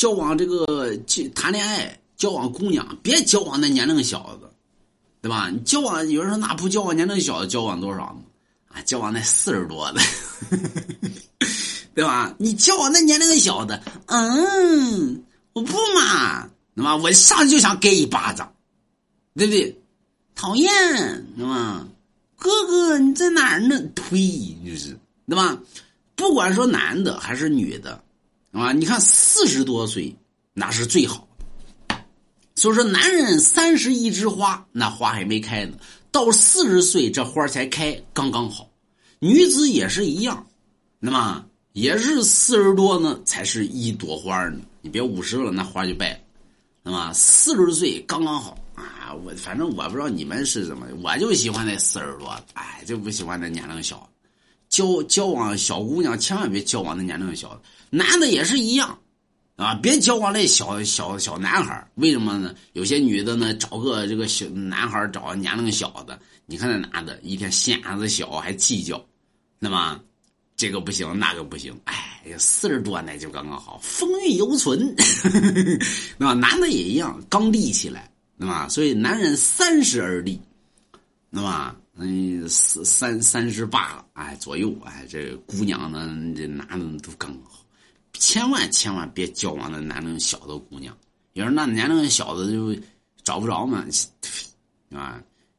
交往这个谈恋爱，交往姑娘，别交往那年龄小的，对吧？你交往有人说那不交往年龄小的，交往多少呢？啊，交往那40多的，对吧？你交往那年龄小的，我不嘛，对吧？我上去就想给一巴掌，对不对？讨厌，对吧？哥哥你在哪儿呢？呸，就是，对吧？不管说男的还是女的，啊，你看40多岁那是最好的。所以说男人30一枝花，那花还没开呢，到40岁这花才开，刚刚好。女子也是一样，那么也是40多呢才是一朵花呢，你别50了那花就败了。那么40岁刚刚好啊，反正我不知道你们是怎么，我就喜欢那40多，哎，就不喜欢那年龄小的。交往小姑娘千万别交往那年龄小的，男的也是一样啊，别交往那小男孩。为什么呢？有些女的呢找个这个小男孩，找年龄小的，你看那男的一天心眼子小还计较，那么这个不行那个不行，哎，40多那就刚刚好，风韵犹存。那么男的也一样，刚立起来，那么所以男人30而立，那么38了，哎左右，哎这姑娘呢这男的都刚好。千万别交往那年龄小的姑娘，有人那年龄小的就找不着嘛，啊，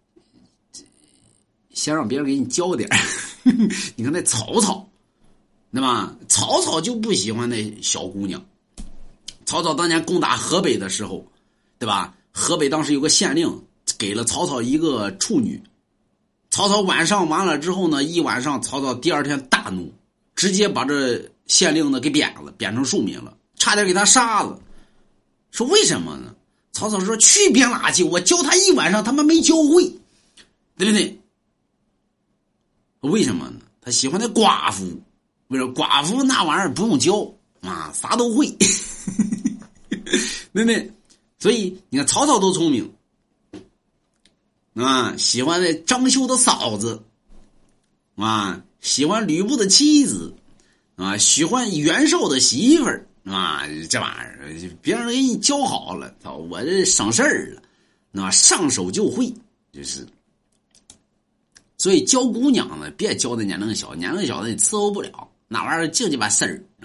先让别人给你教点。你看那曹操，对吧？曹操就不喜欢那小姑娘。曹操当年攻打河北的时候，对吧？河北当时有个县令给了曹操一个处女，曹操晚上完了之后呢，一晚上曹操第二天大怒，直接把这县令呢给贬了，贬成庶民了，差点给他杀了。说为什么呢？曹操说去编垃圾，我教他一晚上他妈没教会，对不对？为什么呢？他喜欢那寡妇，为什么？寡妇那玩意儿不用教啊，啥都会。对不对？所以你看曹操多聪明啊，喜欢那张绣的嫂子啊，喜欢吕布的妻子啊，喜欢袁绍的媳妇儿啊，这玩意儿别人给你教好了，我这省事儿了，那上手就会，就是。所以教姑娘呢，别教那年龄小，年龄小的你伺候不了，那玩意儿净鸡巴事儿。